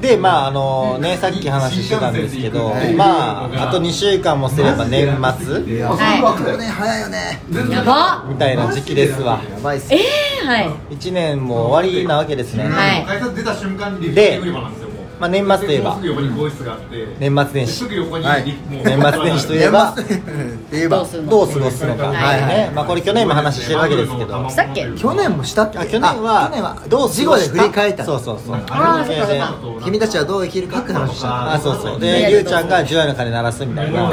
でまあねさっき話してたんですけど、まああと2週間もすれば年末はいね早いよねやばみたいな時期ですわ。 やばいっすはい 1年も終わりなわけですね。 はい改札出た瞬間にでリフト売り場なんですよ。もうまあ年末といえばすぐ横に更衣室があって年末年始すぐ横にはいもう年末年始といえばって言えばどうするのどう過ごすのか、 はいねまあ、これ去年も話してるわけですけど、 したっけ去年もしたっけ去年はどう過事後でごした振り返ったそうそうそうあーそれで君たちはどう生きるかって話したあそうそうでりゅうちゃんが除夜の鐘鳴らすみたいな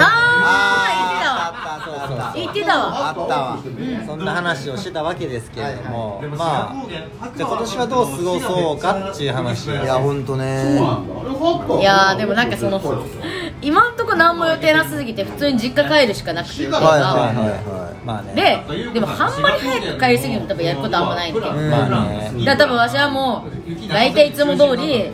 言ってたわあったわそんな話をしてたわけですけれども、まあじゃあ今年はどう過ごそうかっていう話。 いやほんとねいやーでもなんかその今んとこ何も予定なさすぎて普通に実家帰るしかなくてはいはいはまあねでもあんまり早く帰りすぎると多分やることあんまないんだけどまあねだから多分私はもう大体いつも通り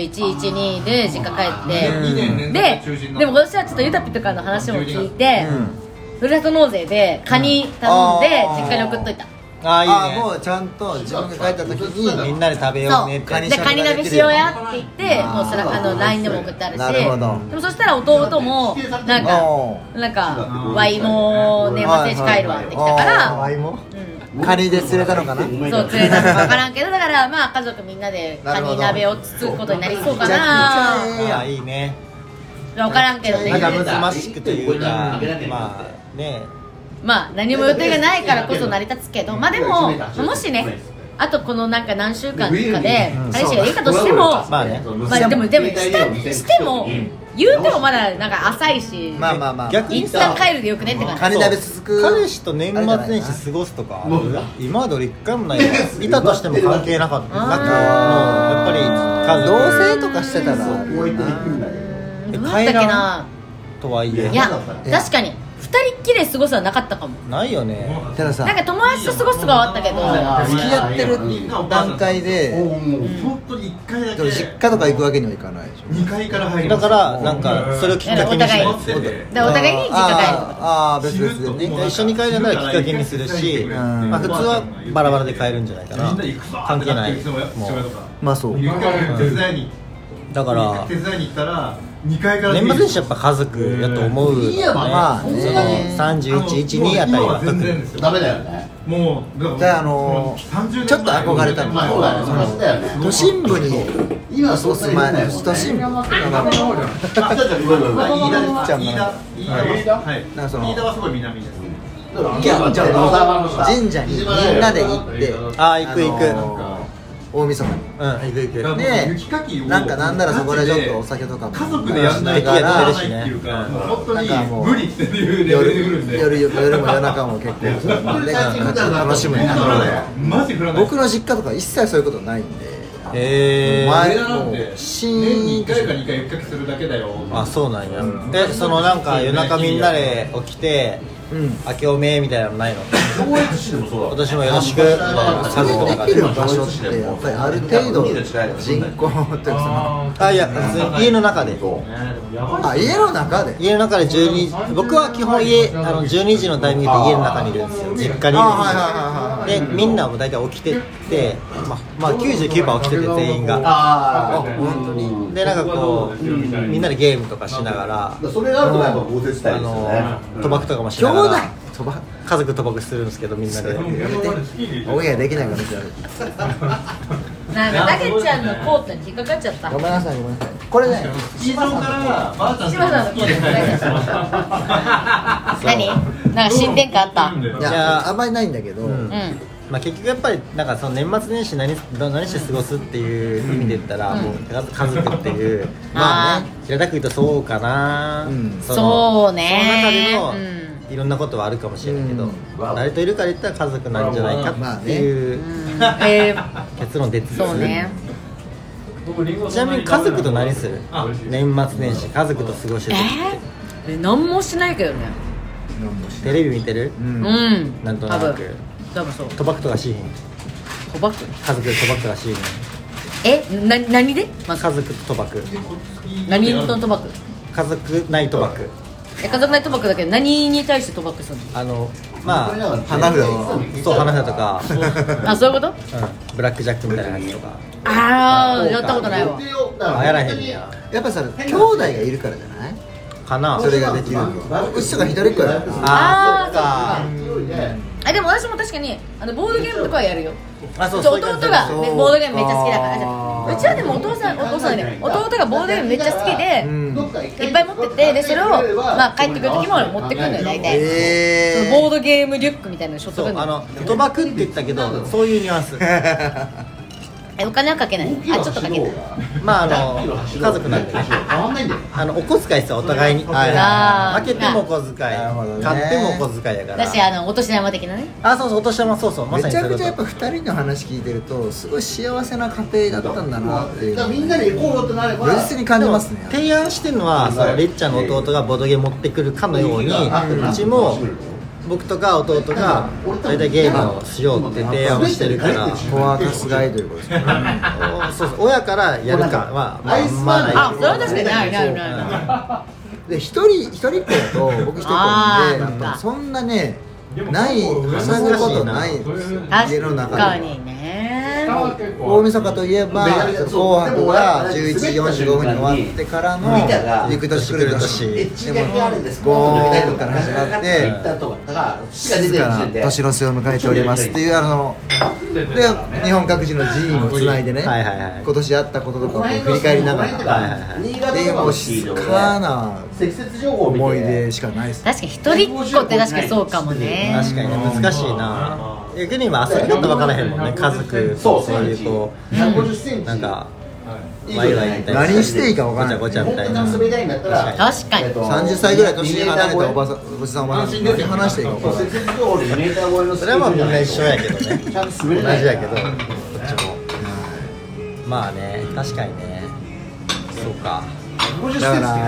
31、12で実家帰ってでも今年はちょっとゆたぴとかの話も聞いてふるさと納税でカニ頼んで実家に送っといたあいあいいねもうちゃんと自分が帰った時にみんなで食べよそううねってでカニ鍋しようやって言ってもうそれLINE でも送ってあるしなるほどでもそしたら弟もなんかワイも年末年始帰るわってきたからワイもうんカニで釣れたのかなそう連れたのか分からんけどだからまあ家族みんなでカニ鍋をつつくことになりそうかなああいいね分からんけどねなんか難しくというかまあねまあ何も予定がないからこそ成り立つけどまあでももしねあとこのなんか何週間かで彼氏がいいかとしてもまあねまあでもしても言うてもまだなんか浅いしまあまあまあ逆にインスタ帰るでよくねって感じカニ鍋続く彼氏と年末年始過ごすとかある今まで俺一回もないよいたとしても関係なかったなくもうやっぱり家同族棲とかしてたらどうだったっけなとはいえいや確かに二人っきりで過ごすはなかったかもないよねたださなんか友達と過ごすとかはあったけど付き合ってる段階で本当に1回だけ実家とか行くわけにはいかないでしょ 2階から入りだますからなんかそれをきっかけにしないお互でお互いに実家帰るああ別々でね一緒に帰るならきっかけにするし、まあ、普通はバラバラで帰るんじゃないかな関係ないもうまあそう手伝いにだから手伝いに行ったら2階から年末年始やっぱ家族やと思う、 まあね 31、12あたりは特にダメだよねもうじゃあちょっと憧れたのが都心部に今そうする前都心部飯田はすごい南です神社にみんなで行ってああ行く大晦日に行くでなんならそこでちょっとお酒とかも家族でやんないとやらないっていうか本当に無理っていうレベルで来るんで夜も夜中も結構で楽しむになるマジ降らない僕の実家とか一切そういうことないんで前なんで年に1回か2回雪かきするだけだよあそうなんやでそのなんか夜中みんなで起きて明けおめみたいなのないの今年もよろしくみたいな家族とかできる場所ってやっぱりある程度人口というかあいや普通に家の中で家の中で家の中で12僕は基本12時のタイミングで家の中にいるんですよ実家にいるんですよでみんなも大体起きてってまあ 99% 起きてて全員が本当にでなんかこうみんなでゲームとかしながらそれがあるとやっぱ合成したいですよね賭博とかもしながら家族賭博するんですけどみんなでオンエアできないからなんかたけちゃんのコートに引っかかっちゃったごめんなさいこれねスタジオからばあちゃん柴さんのコートに引っかかっちゃった何なんか進展感あったいやあんまりないんだけどまあ結局やっぱりなんかその年末年始何して過ごすっていう意味で言ったらもう家族っていうまあね平たく言うとそうかなそうねその中でのいろんなことはあるかもしれないけど誰といるかで言ったら家族なんじゃないかっていう結論出てそうねちなみに家族と何する年末年始家族と過ごしてる時って何もしないけどねテレビ見てるなんとなく多分そう賭博とかしいひん賭博家族で賭博とかしいひん何で家族と賭博何と賭博家族内賭博家族内賭博だけど何に対して賭博するのまあ花札そう花札とかあそういうことブラックジャックみたいなやつとかああやったことないわ。 やらへんねや。 やっぱさ兄弟がいるからじゃないかな。 それができるの。うちとか一人っ子やからあーそっか。 あでも私も確かにボードゲームとかはやるよ。 あ、そう弟そういうが、 感じね、ボードゲームめっちゃ好きだから。うちはでもお父さんね、弟がボードゲームめっちゃ好きで、いっぱい持ってて、でそれをまあ帰ってくる時も持ってくるのよ大体。そのボードゲームリュックみたいなのしょっとくんのよ。 賭博って言ったけど、そういうニュアンス。 お金はかけない。あ、ちょっとかけない。 まあ家族なんでね。お小遣いですよお互いに。負けてもお小遣い、勝ってもお小遣いやから。 私お年玉的なね。 あ、そうそうお年玉そうそう。 めちゃくちゃやっぱ2人の話聞いてるとすごい幸せな家庭だったんだなっていう。 みんなで行こうよってなれば如実に感じますね。 提案してるのはれっちゃんの弟がボードゲーム持ってくるかのように、うちも僕とか弟が大体ゲームをしようって提案をしてるから。 コアカスガイということですね。 そうそう親からやるかはまあない。 あ、それは確かにないで一人っ子だと僕一人っ子なんでそんなねない挟むことないんですよ家の中で。 確かにね。 大晦日といえば紅白が11時45分に終わってからの行く年来る年でもゴーンから始まって静かな年の瀬を迎えておりますっていうで日本各地の寺院をつないでね今年あったこととかを振り返りながらっていうもう静かな思い出しかないです。 確かに一人っ子って確かにそうかもね。 確かにね難しいな。逆に今遊び方分からへんもんね。家族とそういうこうなんかワイワイみたいな何していいか分からないごちゃごちゃみたいな。 確かに 30歳ぐらい年離れたおじさんおばさん何話していいか分からない。 それはまあみんな一緒やけどね同じやけどこっちもまあね確かにねそうか。 だから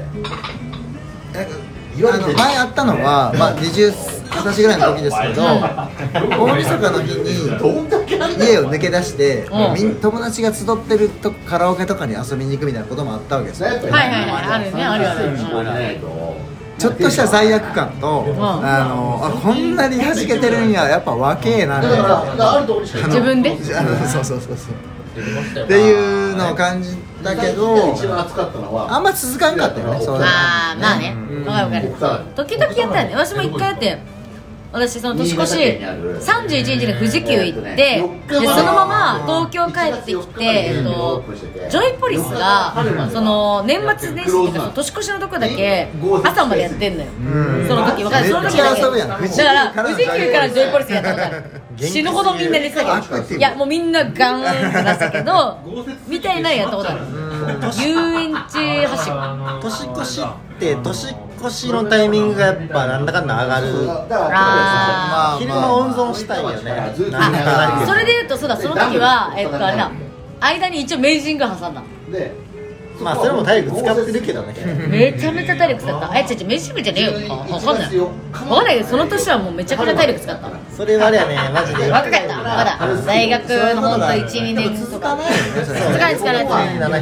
前あったのは、まあ、20歳ぐらいの時ですけど大晦日の日に家を抜け出して、友達が集ってるとカラオケとかに遊びに行くみたいなこともあったわけですよ。 はいあるねあるちょっとした罪悪感と、こんなに弾けてるんややっぱ若えなみたいな自分でそうっていうのを感じたけどあんま続かんかったよね。 ああまあね分かる時々やったよね。私も一回やって私その年越し31日に富士急行ってでそのまま東京帰ってきて、ジョイポリスがその年末年始っていうかその年越しのとこだけ朝までやってんのよ。その時分かる。その時だけだから富士急からジョイポリスやったから死ぬほどみんな寝てたけどいやもうみんなガーンってなったけどみたいなやったことある。遊園地走る年越しって年越しのタイミングがやっぱなんだかんだ上がる。昼間温存したいよね。 それで言うとそうだその時はあれだ間に一応明治神宮挟んだ。 まあそれも体力使ってるけどね。 めちゃめちゃ体力使った。明治神宮じゃねえよ。分かんないけどその年はもうめちゃくちゃ体力使った。 それはあれやねマジで若かったまだ大学のほんと 1,2 年とか使わない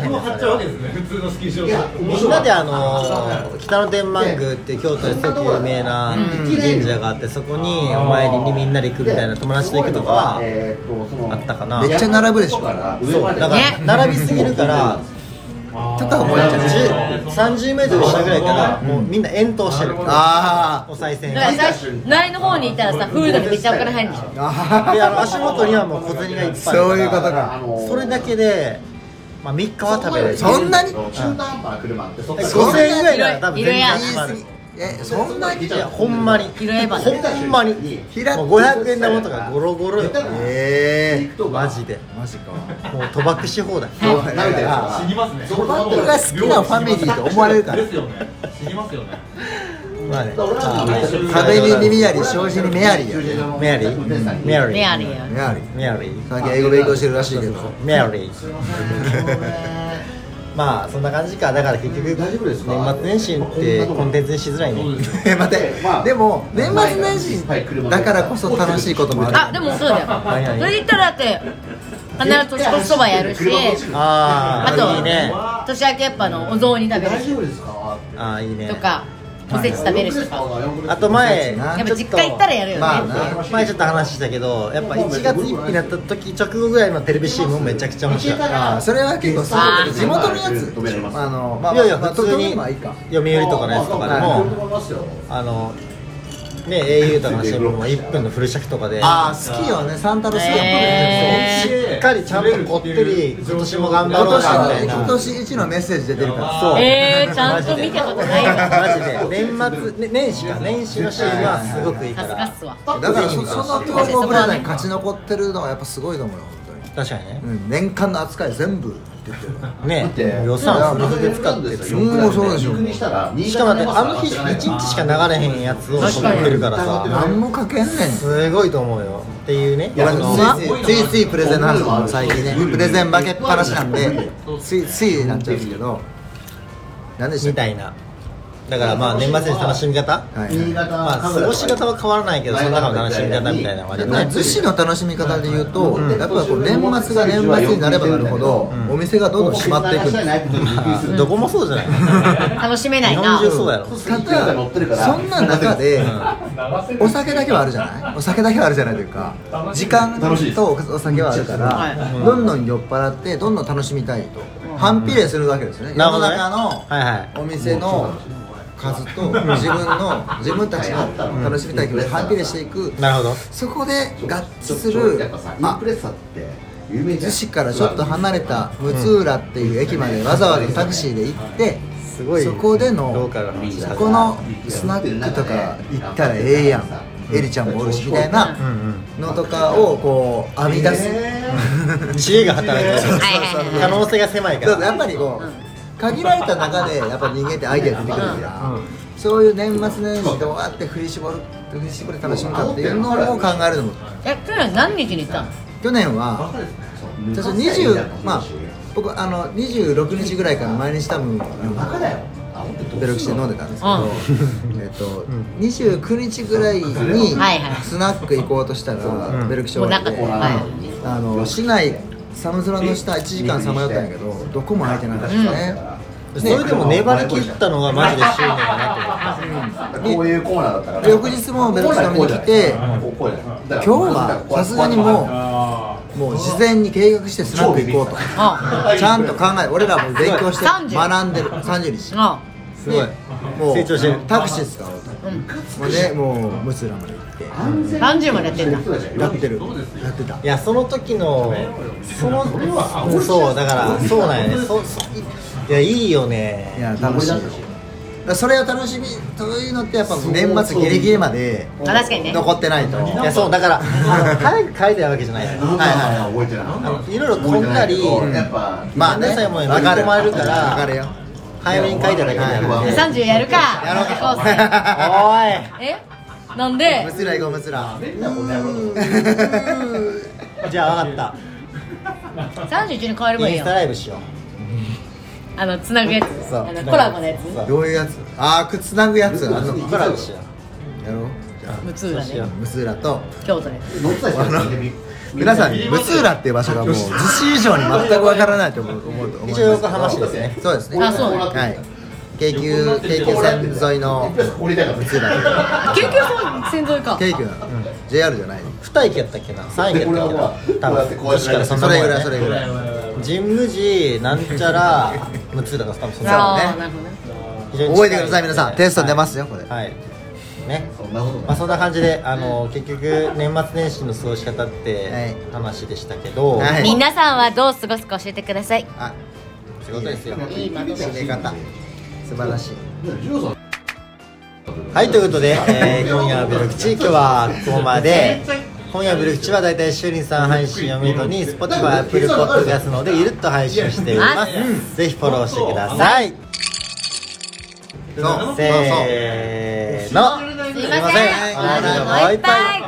みんなで北野天満宮って京都ですごく有名な神社があってそこにお参りにみんなで行くみたいな友達と行くとかはあったかな。 めっちゃ並ぶでしょ。 そうだから並びすぎるからちょっと思っちゃう。 30メートル下ぐらいからもうみんな遠投してる。お賽銭だから前の方に行ったらさフードでめっちゃお金入るんでしょ。 で足元にはもう小銭がいっぱいあるからそういうことか。 それだけでまあ3日は食べれる。 そんなに 5000円ぐらいなら多分全然集まる。 そんなにいやほんまに拾えばほんまにもう500円玉とかゴロゴロよ。マジでマジか。 もう賭博し放題。 死にますね。 僕が好きなファミリーと思われるからですよね。死にますよね。 まあね壁に耳あり障子に目ありやね。 メアリーメアリーや目ありメアリー最近英語勉強してるらしいけどメアリーまあそんな感じか。だから結局年末年始ってコンテンツにしづらいね。 待ってでも年末年始だからこそ楽しいこともある。 あでもそうだよ。それで言ったらだって必ず年越しそばやるしあといいね。 年明けやっぱお雑煮食べるしあいいねとかおせち食べるしとか。 あと前やっぱ実家行ったらやるよね。 前ちょっと話したけど、やっぱ1月1日になった時直後ぐらいのテレビ CM もめちゃくちゃ面白い。 それは結構そう地元のやつ。 いやいや普通に読売とかのやつとかでもね au とかの CM も1分のフル尺とかで。 ああ好きよね、サンタロスやっぱしっかりちゃんとこってり今年も頑張ろうかみたいな。 今年一のメッセージ出てるから。 そう。 ちゃんと見たことないわ。 マジで年始の CM はすごくいいか助ら。 かっすわ。 だからその競合ブラザーに勝ち残ってるのはやっぱすごいと思うよ本当に。 確かにね。 年間の扱い全部出てる。 ね、予算フルで使ってる。 そうでしょ。 しかもあの日1日しか流れへんやつを撮ってるからさ。 何もかけんねん。 すごいと思うよ。っていうね。 ついプレゼンの話も最近ね。プレゼン負けっぱなしなんでついなっちゃうんですけど。何でした？ みたいな。だからまあ年末に楽しみ方、まあ過ごし方は変わらないけどその中の楽しみ方みたいなのがあるね。 逗子の楽しみ方で言うと、やっぱこう年末が年末になればなるほど、お店がどんどん閉まっていくんですよ。 どこもそうじゃない。 楽しめないな。 日本中そうやろ。 ただそんな中でお酒だけはあるじゃない。お酒だけはあるじゃないというか、時間とお酒はあるからどんどん酔っ払ってどんどん楽しみたいと反比例するわけですよね。世の中のお店の数と自分たちの楽しみたい気持ちを反比例していく。 なるほど。 そこで合致する逗子からちょっと離れた六浦っていう駅までわざわざタクシーで行って、そこでのそこのスナックとか行ったらええやん、エリちゃんもおるしみたいなのとかをこう編み出す知恵が働いてる。可能性が狭いから。 やっぱりこう限られた中でやっぱ人間ってアイデア出てくるから、そういう年末年始どうやって振り絞って楽しむかっていうのを考えるのも。 去年何日に行ったの？ 去年は僕26日ぐらいから毎日多分ベルクシで飲んでたんですけど、29日ぐらいにスナック行こうとしたらベルクシ終わって市内寒空の下1時間さまよったんやけどどこも空いてなかったですね。 それでも粘り切ったのがマジで執念だなと思った。 こういうコーナーだったから翌日もベルクシ飲みに来て、今日はさすがにもう事前に計画してスナック行こうとちゃんと考え、俺らも勉強して学んでる。30日すごいもう成長してる。タクシー使おうとでもうムツラまで行って 30までやってんだ。 やってた。 いやその時のそうだからそうなんやね。いやいいよね。 いや楽しいよ。それを楽しみというのってやっぱ年末ギリギリまで残ってないと。 いやそうだから早く書いてるわけじゃない。いろいろ飛んだりまあねさえも巻き込まれるから分かるよ。 早めに書いただけだよ。 30やるか。 やろうか。おい。 なんで？ ムツラ行こうムツラ。 じゃあ分かった。 31に変えればいいよ。 インスタライブしよう。 つなぐやつ。コラボのやつ。 どういうやつ？つなぐやつ。 コラボしよう。やろう。 ムツ浦ね。 ムツ浦と京都で。 皆さんにムツ浦っていう場所がもう逗子以上に全くわからないと思うと思います。 一応横浜市ですね。 そうですね。 あ、そう。 はい。京急線沿いのムツ浦。 京急線沿いか。 京急なの。JR じゃないの。 2駅やったっけな、3駅やったっけな、多分それぐらいそれぐらい。神武寺なんちゃら6つだから多分その覚えてください皆さん。テスト出ますよこれ。 はいね。まあそんな感じで結局年末年始の過ごし方って話でしたけど、 皆さんはどう過ごすか教えてください。 あ、 仕事ですよ。 いい締め方素晴らしい。 はい、ということで、今夜はベルクチ、今日はここまで。今夜はベルクチはだいたい週に3配信をメイドに Spotify、Apple Podcast のでゆるっと配信しています。ぜひフォローしてください。せーの、 すいません、もう一杯